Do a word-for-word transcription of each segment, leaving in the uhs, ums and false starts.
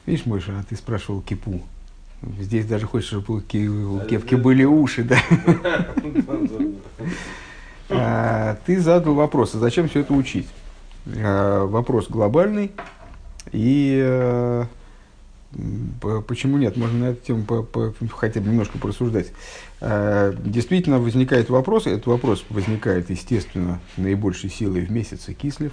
Видишь, Мойша, а ты спрашивал кипу. Здесь даже хочешь, чтобы у ки- у кепки были уши, да? А, Ты задал вопрос, а зачем все это учить? А, Вопрос глобальный. И э, м, п- почему нет? Можно на эту тему по- по- хотя бы немножко порассуждать. А, Действительно возникает вопрос, этот вопрос возникает, естественно, наибольшей силой в месяце Кислев,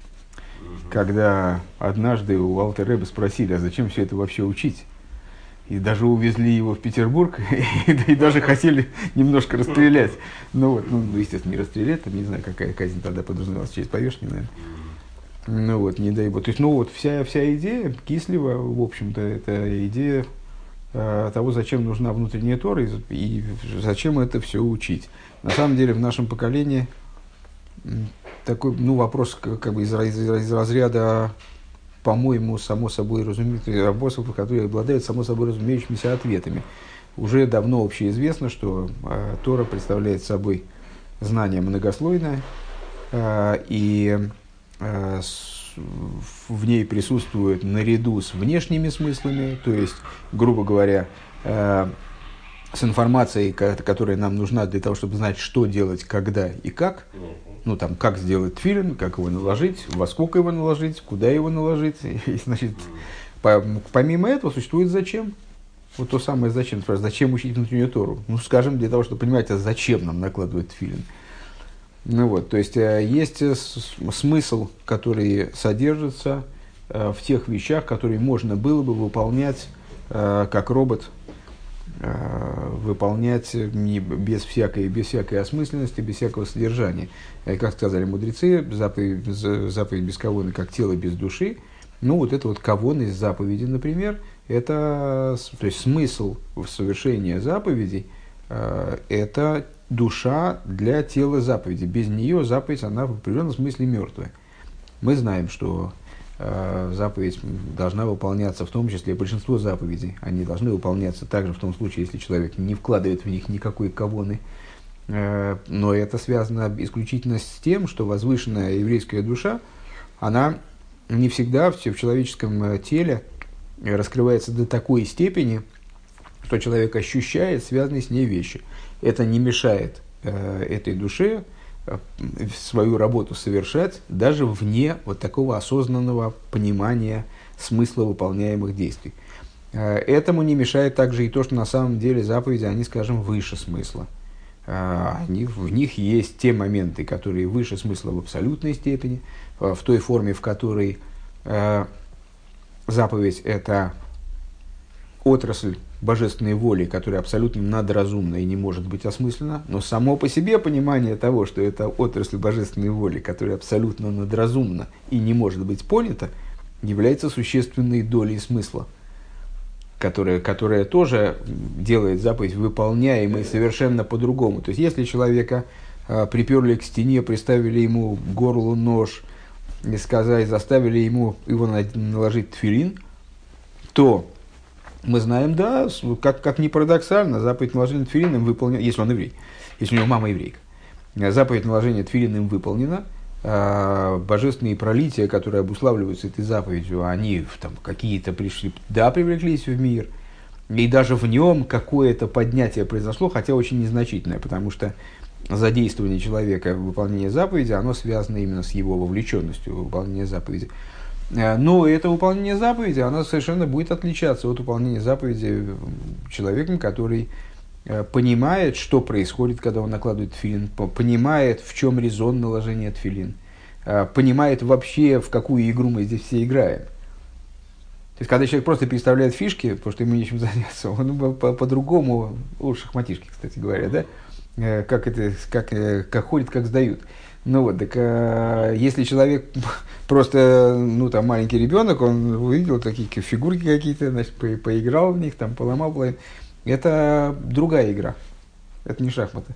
когда однажды у Алтер Ребе спросили, а зачем все это вообще учить? И даже увезли его в Петербург, и, и даже хотели немножко расстрелять. Ну, вот, ну, естественно, не расстрелять, там, не знаю, какая казнь тогда подразумевалась, через повешение, наверное. Ну вот, не дай бог. То есть, ну вот, вся, вся идея Кислева, в общем-то, это идея э, того, зачем нужна внутренняя Тора и, и зачем это все учить. На самом деле, в нашем поколении м, такой, ну, вопрос как, как бы из, из, из разряда, по-моему, само собой разумеющихся вопросов, которые обладают само собой разумеющимися ответами. Уже давно общеизвестно, что э, Тора представляет собой знание многослойное, э, и э, с, в ней присутствует наряду с внешними смыслами, то есть, грубо говоря, э, с информацией, которая нам нужна для того, чтобы знать, что делать, когда и как. Ну, там, как сделать тфилин, как его наложить, во сколько его наложить, куда его наложить. И, значит, по, помимо этого существует зачем. Вот то самое зачем. Спрашивают, зачем учить внутреннюю Тору? Ну, скажем, для того, чтобы понимать, а зачем нам накладывать тфилин. Ну, вот, то есть, есть смысл, который содержится в тех вещах, которые можно было бы выполнять как робот, выполнять не, без, всякой, без всякой осмысленности, без всякого содержания. Как сказали мудрецы, заповедь, заповедь без кавоны, как тело без души. Ну, вот это вот кавон из заповеди, например, это, то есть, смысл в совершении заповедей, это душа для тела заповеди. Без нее заповедь, она в определенном смысле мертвая. Мы знаем, что заповедь должна выполняться, в том числе большинство заповедей, они должны выполняться также в том случае, если человек не вкладывает в них никакой кавоны. Но это связано исключительно с тем, что возвышенная еврейская душа, она не всегда в человеческом теле раскрывается до такой степени, что человек ощущает связанные с ней вещи. Это не мешает этой душе свою работу совершать даже вне вот такого осознанного понимания смысла выполняемых действий. Этому не мешает также и то, что на самом деле заповеди, они, скажем, выше смысла. Они, в них есть те моменты, которые выше смысла в абсолютной степени, в той форме, в которой заповедь – это отрасль божественной воли, которая абсолютно надразумна и не может быть осмыслена, но само по себе понимание того, что это отрасль божественной воли, которая абсолютно надразумна и не может быть понята, является существенной долей смысла, которая, которая тоже делает заповедь выполняемой совершенно по-другому. То есть, если человека а, приперли к стене, приставили ему к горлу нож и сказали, заставили ему его наложить тфилин, то мы знаем, да, как, как ни парадоксально, заповедь наложения тфилин им выполнена, если он еврей, если у него мама еврейка. Заповедь наложения тфилин им выполнена, а божественные пролития, которые обуславливаются этой заповедью, они там, какие-то пришли, да, привлеклись в мир, и даже в нем какое-то поднятие произошло, хотя очень незначительное, потому что задействование человека в выполнении заповеди, оно связано именно с его вовлеченностью в выполнение заповеди. Но это выполнение заповеди, оно совершенно будет отличаться от выполнения заповеди человеком, который понимает, что происходит, когда он накладывает тфилин, понимает, в чем резон наложения тфилин, понимает вообще, в какую игру мы здесь все играем. То есть, когда человек просто переставляет фишки, потому что ему нечем заняться, он по-другому, о, шахматишки, кстати говоря, да, как, это, как, как ходит, как сдают. Ну вот, так а, если человек просто, ну там, маленький ребенок, он увидел такие фигурки какие-то, значит, по, поиграл в них, там, поломал половину, это другая игра, это не шахматы.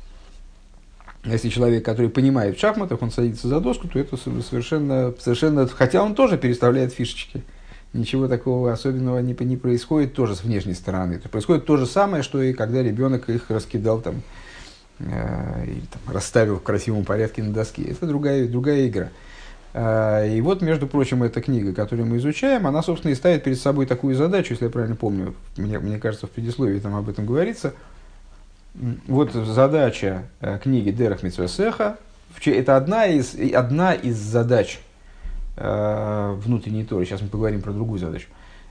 Если человек, который понимает в шахматах, он садится за доску, то это совершенно, совершенно, хотя он тоже переставляет фишечки, ничего такого особенного не, не происходит тоже с внешней стороны. Это происходит то же самое, что и когда ребенок их раскидал там, или там, расставил в красивом порядке на доске. Это другая, другая игра. И вот, между прочим, эта книга, которую мы изучаем, она, собственно, и ставит перед собой такую задачу, если я правильно помню, мне, мне кажется, в предисловии там об этом говорится. Вот задача книги Дерех Мицвот Сеха, это одна из, одна из задач внутренней Торы. Сейчас мы поговорим про другую задачу.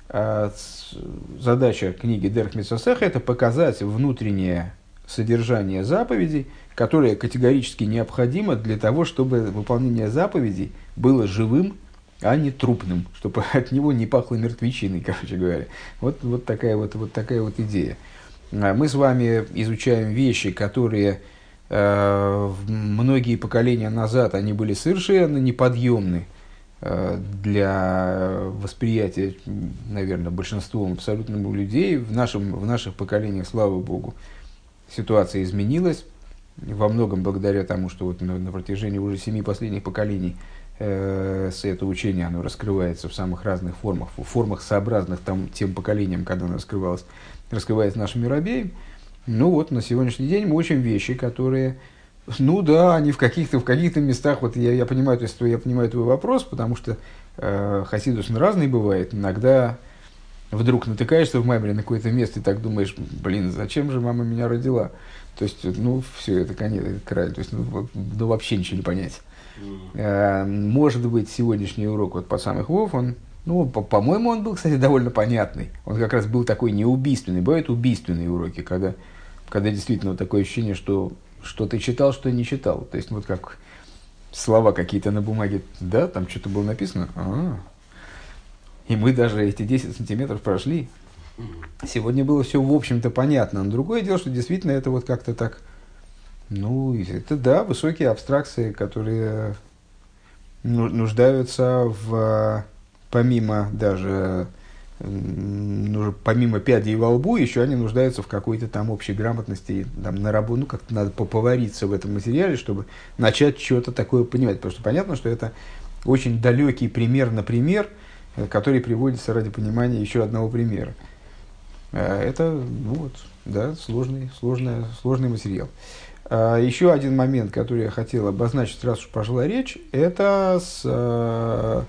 Задача книги Дерех Мицвот Сеха – это показать внутреннее содержание заповедей, которое категорически необходимо для того, чтобы выполнение заповедей было живым, а не трупным, чтобы от него не пахло мертвечиной, короче говоря. Вот, вот, такая, вот, вот такая вот идея. Мы с вами изучаем вещи, которые э, многие поколения назад они были совершенно неподъемны э, для восприятия, наверное, большинством абсолютным людей. В, нашем, в наших поколениях, слава Богу, ситуация изменилась. Во многом благодаря тому, что вот на, на протяжении уже семи последних поколений э, это учение оно раскрывается в самых разных формах, в формах сообразных там, тем поколениям, когда оно раскрывалось, раскрывается нашим мирабеем. Ну вот, на сегодняшний день мы учим вещи, которые, ну да, они в каких-то, в каких-то местах, вот я, я, понимаю, то есть, я понимаю твой вопрос, потому что э, хасидус он разный бывает. Иногда вдруг натыкаешься в маймере на какое-то место и так думаешь, блин, зачем же мама меня родила? То есть, ну, все, это конец, это край, то есть, ну, ну, вообще ничего не понять. Mm. Может быть, сегодняшний урок вот по самых Вов, он, ну, по- по-моему, он был, кстати, довольно понятный. Он как раз был такой неубийственный. Бывают убийственные уроки, когда, когда действительно вот такое ощущение, что, что ты читал, что не читал. То есть, вот как слова какие-то на бумаге, да, там что-то было написано, а-а-а. И мы даже эти десять сантиметров прошли. Сегодня было все, в общем-то, понятно. Но другое дело, что действительно это вот как-то так... Ну, это, да, высокие абстракции, которые нуждаются в... Помимо даже... Помимо пядей во лбу, еще они нуждаются в какой-то там общей грамотности, там, на работу, ну, как-то надо поповариться в этом материале, чтобы начать что-то такое понимать. Потому что понятно, что это очень далекий пример на пример, который приводится ради понимания еще одного примера. Это, ну вот, да, сложный, сложный, сложный материал. Еще один момент, который я хотел обозначить, раз уж пошла речь, это с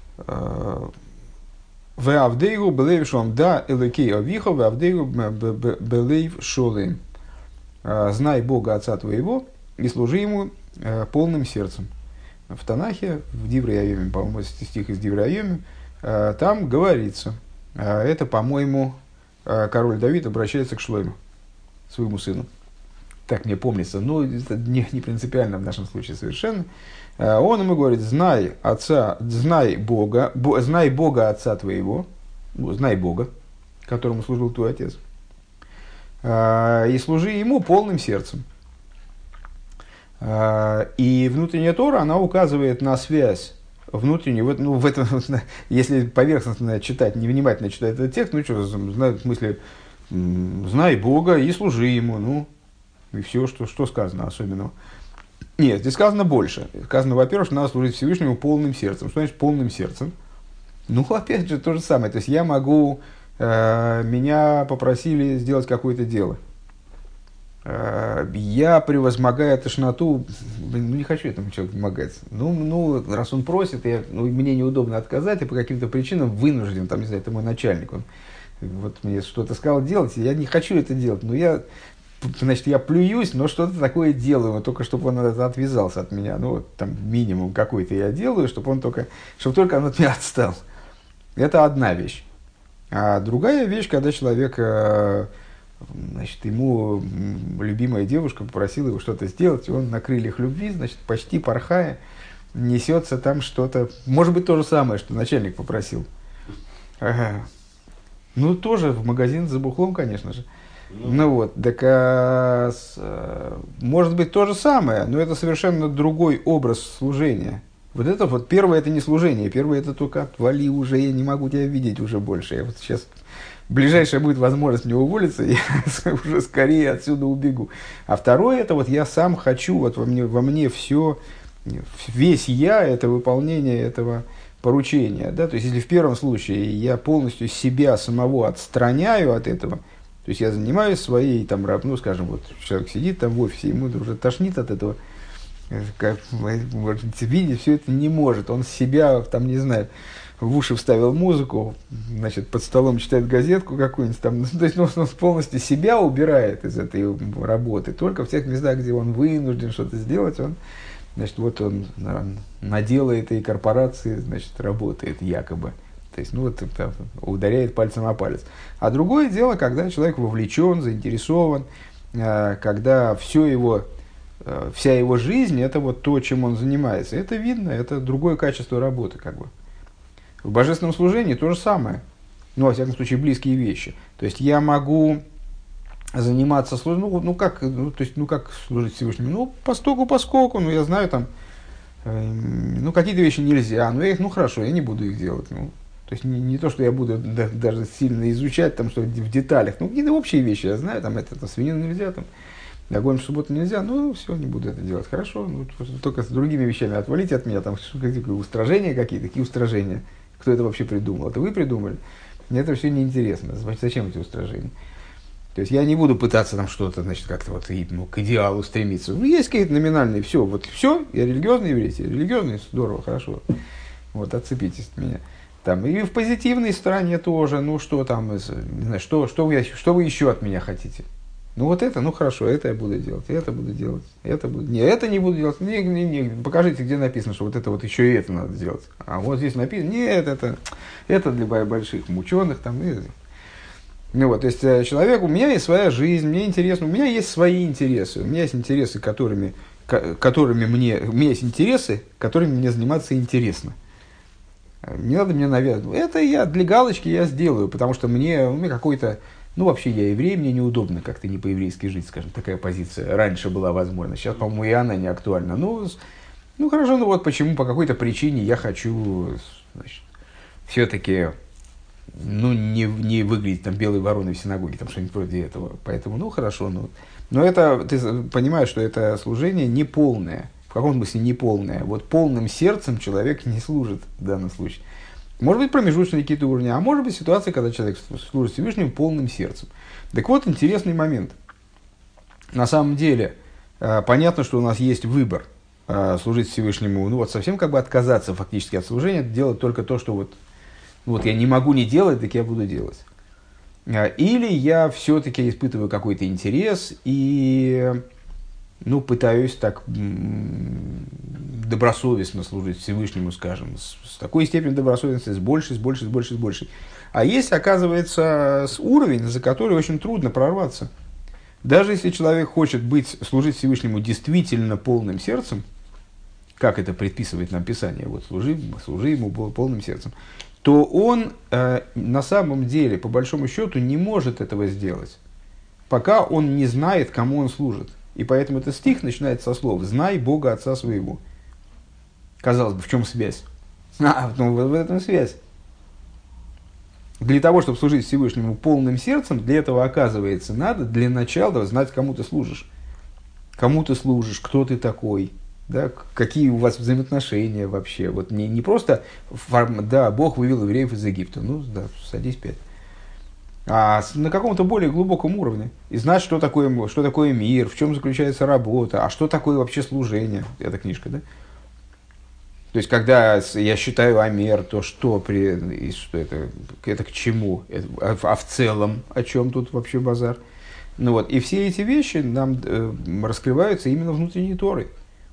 «Веавдейгу белейв шолем да элокей авиха, веавдейгу белейв шолем». «Знай Бога Отца твоего и служи Ему полным сердцем». В Танахе, в Диврей Айоме, по-моему, стих из Диврей Айоме, там говорится, это, по-моему, король Давид обращается к Шлойму, своему сыну. Так мне помнится, но это не, не принципиально в нашем случае совершенно. Он ему говорит, знай отца, знай Бога, бо, знай Бога Отца твоего, знай Бога, которому служил твой отец, и служи Ему полным сердцем. И внутренняя Тора, она указывает на связь внутреннюю, ну, в этом, если поверхностно читать, невнимательно читать этот текст, ну что, в смысле, знай Бога и служи Ему, ну, и все, что, что сказано особенного. Нет, здесь сказано больше. Сказано, во-первых, что надо служить Всевышнему полным сердцем. Что значит полным сердцем? Ну, опять же, то же самое. То есть, я могу, э, меня попросили сделать какое-то дело. Э, я, превозмогая тошноту, блин, ну, не хочу этому человеку помогать. Ну, ну, раз он просит, я, ну, мне неудобно отказать, и по каким-то причинам вынужден, там, не знаю, это мой начальник, он вот мне что-то сказал делать, я не хочу это делать, но я... Значит, я плююсь, но что-то такое делаю, только чтобы он отвязался от меня. Ну, вот, там, минимум какой-то я делаю, чтобы он только, чтобы только он от меня отстал. Это одна вещь. А другая вещь, когда человек, значит, ему любимая девушка попросила его что-то сделать, и он на крыльях любви, значит, почти порхая, несется там что-то, может быть, то же самое, что начальник попросил. Ага. Ну, тоже в магазин за бухлом, конечно же. Ну, ну вот, так а, с, а, может быть то же самое, но это совершенно другой образ служения. Вот это вот первое, это не служение, первое это только отвали уже, я не могу тебя видеть уже больше. Я вот сейчас, ближайшая будет возможность мне уволиться, я уже скорее отсюда убегу. А второе, это вот я сам хочу, вот во мне, во мне все, весь я, это выполнение этого поручения. Да? То есть, если в первом случае я полностью себя самого отстраняю от этого, то есть, я занимаюсь своей, там, ну, скажем, вот человек сидит там в офисе, ему уже тошнит от этого, Как, может, видеть все это не может. Он себя, там, не знаю, в уши вставил музыку, значит, под столом читает газетку какую-нибудь там. Ну, то есть он, он полностью себя убирает из этой работы. Только в тех местах, где он вынужден что-то сделать, он, значит, вот он на дело этой корпорации, значит, работает якобы. То есть, ну вот, это, ударяет пальцем о палец. А другое дело, когда человек вовлечен, заинтересован, когда все его, вся его жизнь, это вот то, чем он занимается. Это видно, это другое качество работы, как бы. В божественном служении то же самое. Ну, во всяком случае, близкие вещи. То есть, я могу заниматься служением, ну, ну, как, ну, то есть, ну, как служить Всевышнему? Ну, постоку, поскольку, ну, я знаю, там, э, ну, какие-то вещи нельзя, ну, я их, ну, хорошо, я не буду их делать. Ну, то есть, не, не то, что я буду да, даже сильно изучать, там, что в деталях, ну, какие-то общие вещи я знаю, там, это, это свинину нельзя, там, огонь в субботу нельзя, ну, все, не буду это делать. Хорошо, ну, только с другими вещами отвалите от меня, там, какие-то устражения какие-то, какие устражения. Кто это вообще придумал? Это вы придумали? Мне это все неинтересно. Зачем эти устражения? То есть, я не буду пытаться там что-то, значит, как-то вот ну, к идеалу стремиться. Ну, есть какие-то номинальные, все, вот все, я религиозный еврей, я религиозный, здорово, хорошо. Вот, отцепитесь от меня. Там, и в позитивной стороне тоже, ну, что там, не знаю, что, что, вы, что вы еще от меня хотите? Ну, вот это, ну, хорошо, это я буду делать, это буду делать, это буду... Не, это не буду делать, не, не, не, покажите, где написано, что вот это вот еще и это надо делать. А вот здесь написано, нет, это, это для больших ученых, там, и... Ну, вот, то есть, человек, у меня есть своя жизнь, мне интересно, у меня есть свои интересы, у меня есть интересы, которыми, которыми мне, у меня есть интересы, которыми мне заниматься интересно. Не надо мне навязывать. Это я для галочки я сделаю, потому что мне, у меня какой-то... Ну, вообще, я еврей, мне неудобно как-то не по-еврейски жить, скажем, такая позиция. Раньше была возможна, сейчас, по-моему, и она не актуальна. Ну, ну хорошо, ну вот почему, по какой-то причине я хочу, значит, все-таки, ну, не, не выглядеть там белой вороной в синагоге, там что-нибудь вроде этого. Поэтому, ну, хорошо, ну. Но это, ты понимаешь, что это служение неполное. В каком смысле неполное? Вот полным сердцем человек не служит в данном случае. Может быть, промежуточные какие-то уровни, а может быть, ситуация, когда человек служит Всевышнему полным сердцем. Так вот, интересный момент. На самом деле, понятно, что у нас есть выбор служить Всевышнему, ну вот совсем как бы отказаться фактически от служения, делать только то, что вот, вот я не могу не делать, так я буду делать. Или я все-таки испытываю какой-то интерес и... Ну, пытаюсь так добросовестно служить Всевышнему, скажем, с, с такой степенью добросовестности, с большей, с большей, с большей, с большей. А есть, оказывается, уровень, за который очень трудно прорваться. Даже если человек хочет быть, служить Всевышнему действительно полным сердцем, как это предписывает нам Писание, вот служи, служи ему полным сердцем, то он э, на самом деле, по большому счету, не может этого сделать, пока он не знает, кому он служит. И поэтому этот стих начинается со слов «Знай Бога Отца своего». Казалось бы, в чем связь? А, ну, в этом связь. Для того, чтобы служить Всевышнему полным сердцем, для этого, оказывается, надо для начала знать, кому ты служишь. Кому ты служишь, кто ты такой, да, какие у вас взаимоотношения вообще. Вот не, не просто, да, Бог вывел евреев из Египта, ну, да, садись пять. А на каком-то более глубоком уровне. И знать, что такое, что такое мир, в чем заключается работа, а что такое вообще служение. Эта книжка, да? То есть, когда я считаю амер, то что, при, что это, это к чему? Это, а, а в целом, о чем тут вообще базар? Ну вот, и все эти вещи нам э, раскрываются именно внутренней Торой.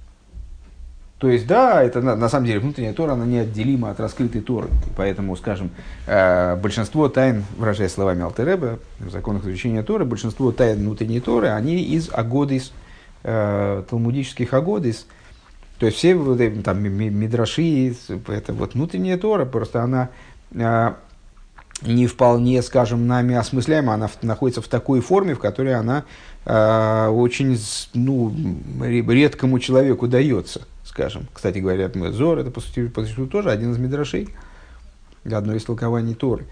То есть, да, это на, на самом деле внутренняя Тора, она неотделима от раскрытой Торы. Поэтому, скажем, э, большинство тайн, выражаясь словами Алтер Ребе, в законах изучения Торы, большинство тайн внутренней Торы, они из агодис, э, талмудических агодис. То есть, все вот, там, мидраши, это вот внутренняя Тора, просто она э, не вполне, скажем, нами осмысляема, она в, находится в такой форме, в которой она э, очень, ну, редкому человеку дается. Скажем, кстати говоря, Зор, это по сути, по сути тоже один из мидрашей, одно из толкований Торы.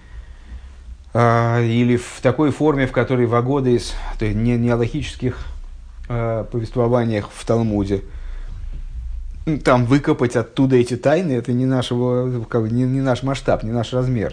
А, или в такой форме, в которой в агодис, то есть не, не алахических а, повествованиях в Талмуде, там выкопать оттуда эти тайны, это не, нашего, как, не, не наш масштаб, не наш размер.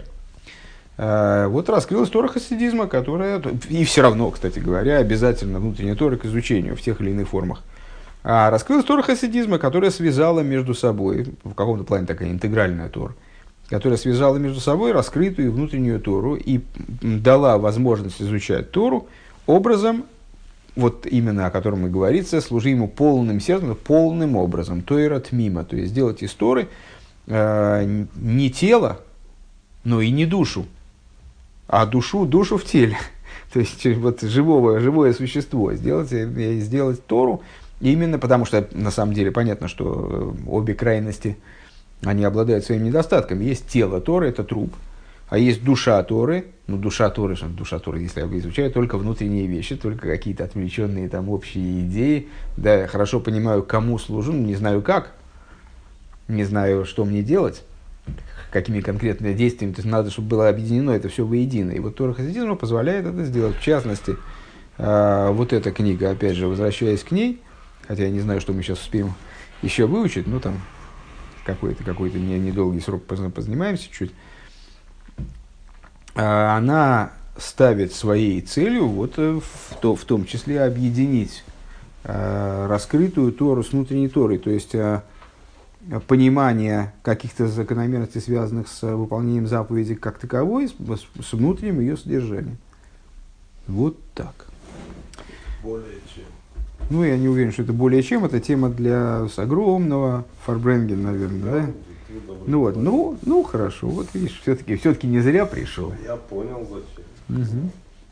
А, вот раскрылась Тора хасидизма, которая, и все равно, кстати говоря, обязательно внутренняя Тора к изучению в тех или иных формах. А раскрылась Тора хасидизма, которая связала между собой, в каком-то плане такая интегральная Тора, которая связала между собой раскрытую внутреннюю Тору и дала возможность изучать Тору образом, вот именно о котором и говорится, служи ему полным сердцем, полным образом, Тойра Тмима, то есть сделать из Торы э, не тело, но и не душу, а душу, душу в теле, то есть вот живого, живое существо, сделать, сделать Тору, именно потому что на самом деле понятно, что обе крайности, они обладают своими недостатками. Есть тело Торы, это труп, а есть душа Торы. Ну, душа Торы, что душа Торы, если я изучаю только внутренние вещи, только какие-то отвлеченные там общие идеи. Да, я хорошо понимаю, кому служу, но не знаю как, не знаю, что мне делать, какими конкретными действиями. То есть надо, чтобы было объединено это все воедино. И вот Тора хасидизма позволяет это сделать. В частности, вот эта книга, опять же, возвращаясь к ней, хотя я не знаю, что мы сейчас успеем еще выучить, ну там какой-то, какой-то недолгий срок позанимаемся чуть. Она ставит своей целью вот в, то, в том числе объединить раскрытую Тору с внутренней Торой, то есть понимание каких-то закономерностей, связанных с выполнением заповеди как таковой, с, с внутренним ее содержанием. Вот так. Более чем. Ну, я не уверен, что это более чем. Это тема для с огромного Фарбренген, наверное, да? Ну вот, ну, ну хорошо. Вот видишь, все-таки, все-таки не зря пришел. Я понял, зачем. Угу.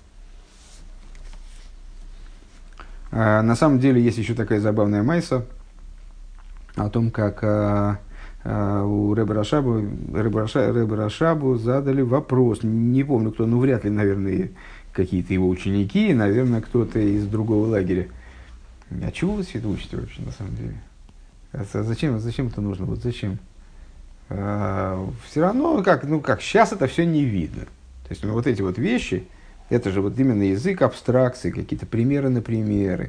А, на самом деле есть еще такая забавная майса о том, как а, а, у Ребе Рашабу, Ребе Раша, Ребе Рашабу задали вопрос. Не помню, кто, ну вряд ли, наверное, какие-то его ученики, наверное, кто-то из другого лагеря. А чего вы все это учите вообще, на самом деле? А зачем, зачем это нужно? Вот зачем? А, все равно, как, ну как, сейчас это все не видно. То есть, ну, вот эти вот вещи, это же вот именно язык абстракции, какие-то примеры на примеры.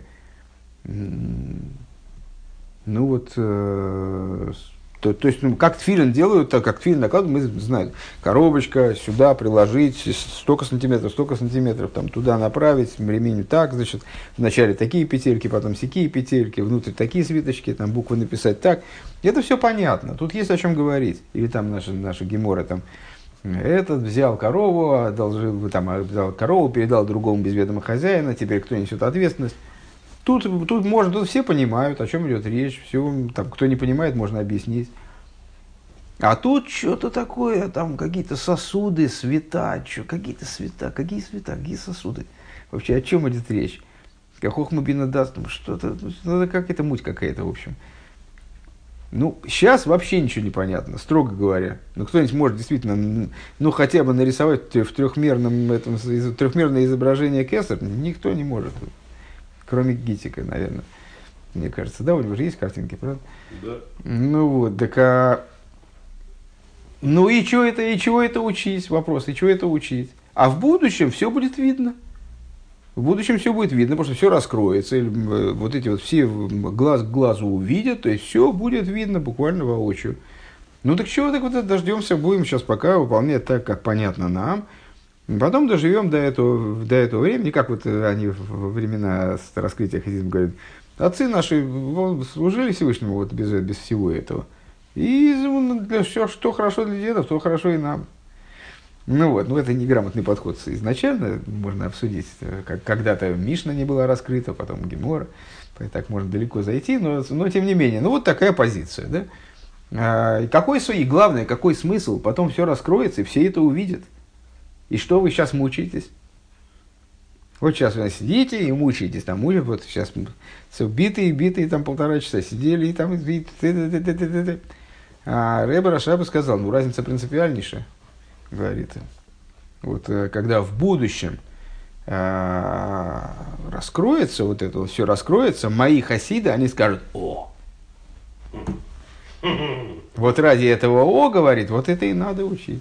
Ну вот, э, то, то есть, ну, как тфилин делают, так как тфилин накладывают, мы знаем. Коробочка, сюда приложить, столько сантиметров, столько сантиметров, там, туда направить, ремень так, значит, вначале такие петельки, потом сякие петельки, внутрь такие свиточки, там, буквы написать так. Это все понятно, тут есть о чем говорить. Или там наши, наши геморы, там, этот взял корову, одолжил, там, взял корову, передал другому без ведома хозяина, теперь кто несет ответственность. Тут, тут можно, тут все понимают, о чем идет речь, все, там, кто не понимает, можно объяснить. А тут что-то такое, там какие-то сосуды, света, что, какие-то света, какие света, какие сосуды. Вообще, о чем идет речь? Как хохма бина даст, что-то, ну, как это муть какая-то, в общем. Ну, сейчас вообще ничего не понятно, строго говоря. Ну, кто-нибудь может действительно, ну, хотя бы нарисовать в трехмерном, этом, трехмерное изображение кесар, никто не может. Кроме Гитика, наверное. Мне кажется, да, у него же есть картинки, правда? Да. Ну вот, так а... Ну и чего это, и чего это учить? Вопрос, и чего это учить? А в будущем все будет видно. В будущем все будет видно, потому что все раскроется. Вот эти вот все глаз к глазу увидят, то есть все будет видно буквально воочию. Ну так чего, так вот дождемся, будем сейчас пока выполнять так, как понятно нам. Потом доживем до этого, до этого времени, как вот они во времена раскрытия хасидизма говорят, отцы наши служили Всевышнему вот без, без всего этого. И для, все, что хорошо для дедов, то хорошо и нам. Ну вот, ну это неграмотный подход изначально, можно обсудить, как когда-то Мишна не была раскрыта, потом Гемора, так можно далеко зайти, но, но тем не менее, ну вот такая позиция, да. А, какой, и главное, какой смысл, потом все раскроется, и все это увидят. И что вы сейчас мучаетесь? Вот сейчас вы сидите и мучаетесь, там, мучаетесь, вот сейчас битые, битые, там полтора часа сидели, и там, а Ребе Рашаба сказал, ну, разница принципиальнейшая, говорит, вот, когда в будущем а, раскроется вот это, вот все раскроется, мои хасиды, они скажут, о, вот ради этого о, говорит, вот это и надо учить.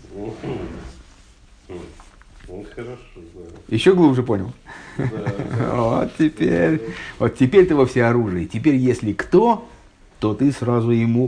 Ну, хорошо, да. Еще глубже понял. Да, вот теперь, вот теперь ты во всеоружии. Теперь, если кто, то ты сразу ему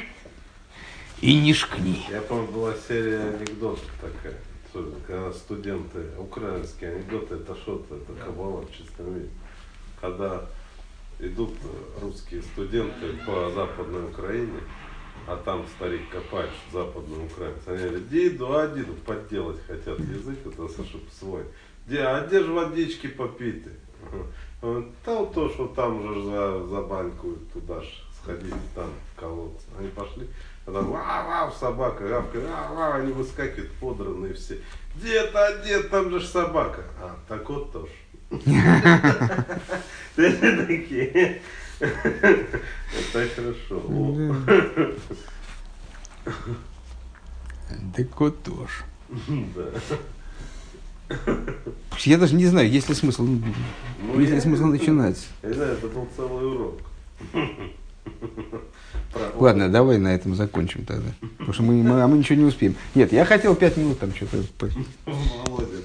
и не шкни. Я помню, была серия анекдотов такая, когда студенты, украинские анекдоты, это что-то, это кабала в чистом виде. Когда идут русские студенты по Западной Украине, а там старик копает западную Украину. Они говорят, диду, а диду, подделать хотят язык, это Саша свой. Где, а где же водички попиты? Он, да вот то, что там же за, за баньку туда же сходили, там колодцы. Они пошли, а там вау-вау, собака, гавкает, вау-вау, они выскакивают подранные все. Дед, а дед, там же ж собака. А, так вот тоже. Такие. Это хорошо. Так вот тоже. Да. Я даже не знаю, есть ли смысл, Ну, есть ли я смысл не начинать. Я знаю, это был целый урок. Ладно, давай на этом закончим тогда. Потому что мы, мы, а мы ничего не успеем. Нет, я хотел пять минут там что-то. Володя.